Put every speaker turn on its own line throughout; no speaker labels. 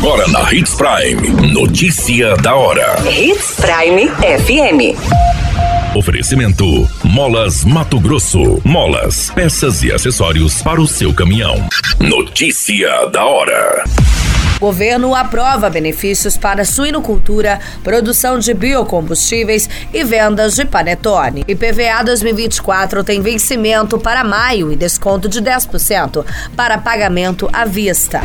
Agora na Hits Prime. Notícia da hora.
Hits Prime FM.
Oferecimento: Molas Mato Grosso. Molas, peças e acessórios para o seu caminhão. Notícia da hora.
Governo aprova benefícios para suinocultura, produção de biocombustíveis e vendas de panetone. IPVA 2024 tem vencimento para maio e desconto de 10% para pagamento à vista.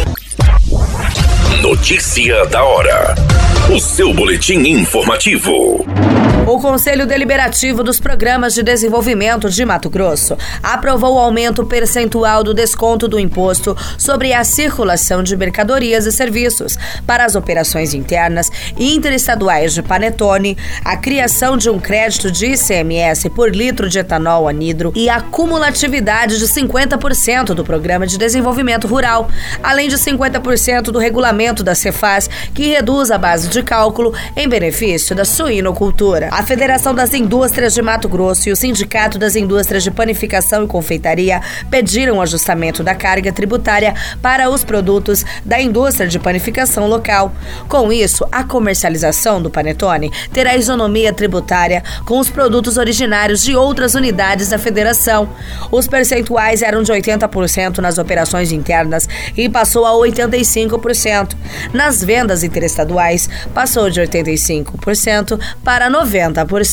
Notícia da hora. O seu boletim informativo.
O Conselho Deliberativo dos Programas de Desenvolvimento de Mato Grosso aprovou o aumento percentual do desconto do imposto sobre a circulação de mercadorias e serviços para as operações internas e interestaduais de panetone, a criação de um crédito de ICMS por litro de etanol anidro e a cumulatividade de 50% do Programa de Desenvolvimento Rural, além de 50% do regulamento da Cefaz, que reduz a base de cálculo em benefício da suinocultura. A Federação das Indústrias de Mato Grosso e o Sindicato das Indústrias de Panificação e Confeitaria pediram o ajustamento da carga tributária para os produtos da indústria de panificação local. Com isso, a comercialização do panetone terá isonomia tributária com os produtos originários de outras unidades da federação. Os percentuais eram de 80% nas operações internas e passou a 85%. Nas vendas interestaduais, passou de 85% para 90%.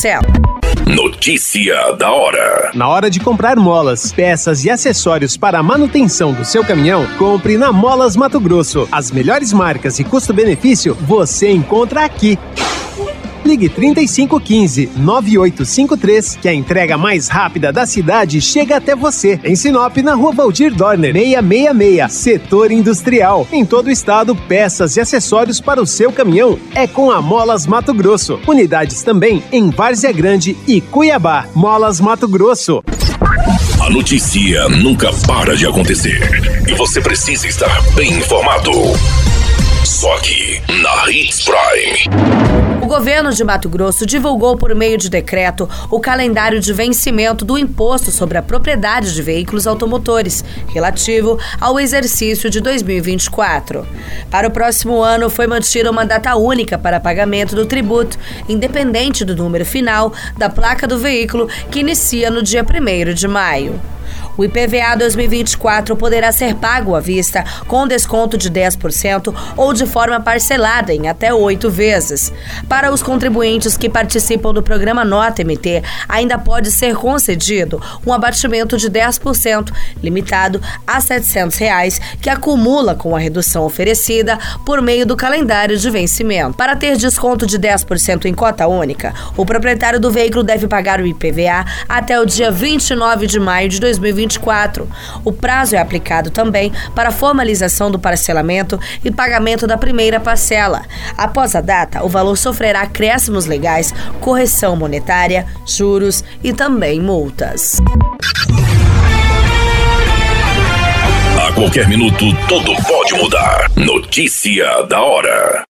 Notícia da hora.
Na hora de comprar molas, peças e acessórios para a manutenção do seu caminhão, compre na Molas Mato Grosso. As melhores marcas e custo-benefício você encontra aqui. Ligue 3515-9853, que a entrega mais rápida da cidade chega até você. Em Sinop, na Rua Valdir Dorner, 666, Setor Industrial. Em todo o estado, peças e acessórios para o seu caminhão é com a Molas Mato Grosso. Unidades também em Várzea Grande e Cuiabá. Molas Mato Grosso.
A notícia nunca para de acontecer e você precisa estar bem informado. Só aqui na Hits Prime.
O governo de Mato Grosso divulgou por meio de decreto o calendário de vencimento do imposto sobre a propriedade de veículos automotores, relativo ao exercício de 2024. Para o próximo ano, foi mantida uma data única para pagamento do tributo, independente do número final da placa do veículo, que inicia no dia 1º de maio. O IPVA 2024 poderá ser pago à vista com desconto de 10% ou de forma parcelada em até 8 vezes. Para os contribuintes que participam do programa Nota MT, ainda pode ser concedido um abatimento de 10%, limitado a R$ 700, que acumula com a redução oferecida por meio do calendário de vencimento. Para ter desconto de 10% em cota única, o proprietário do veículo deve pagar o IPVA até o dia 29 de maio de 2024. O prazo é aplicado também para a formalização do parcelamento e pagamento da primeira parcela. Após a data, o valor sofrerá acréscimos legais, correção monetária, juros e também multas.
A qualquer minuto, tudo pode mudar. Notícia da hora.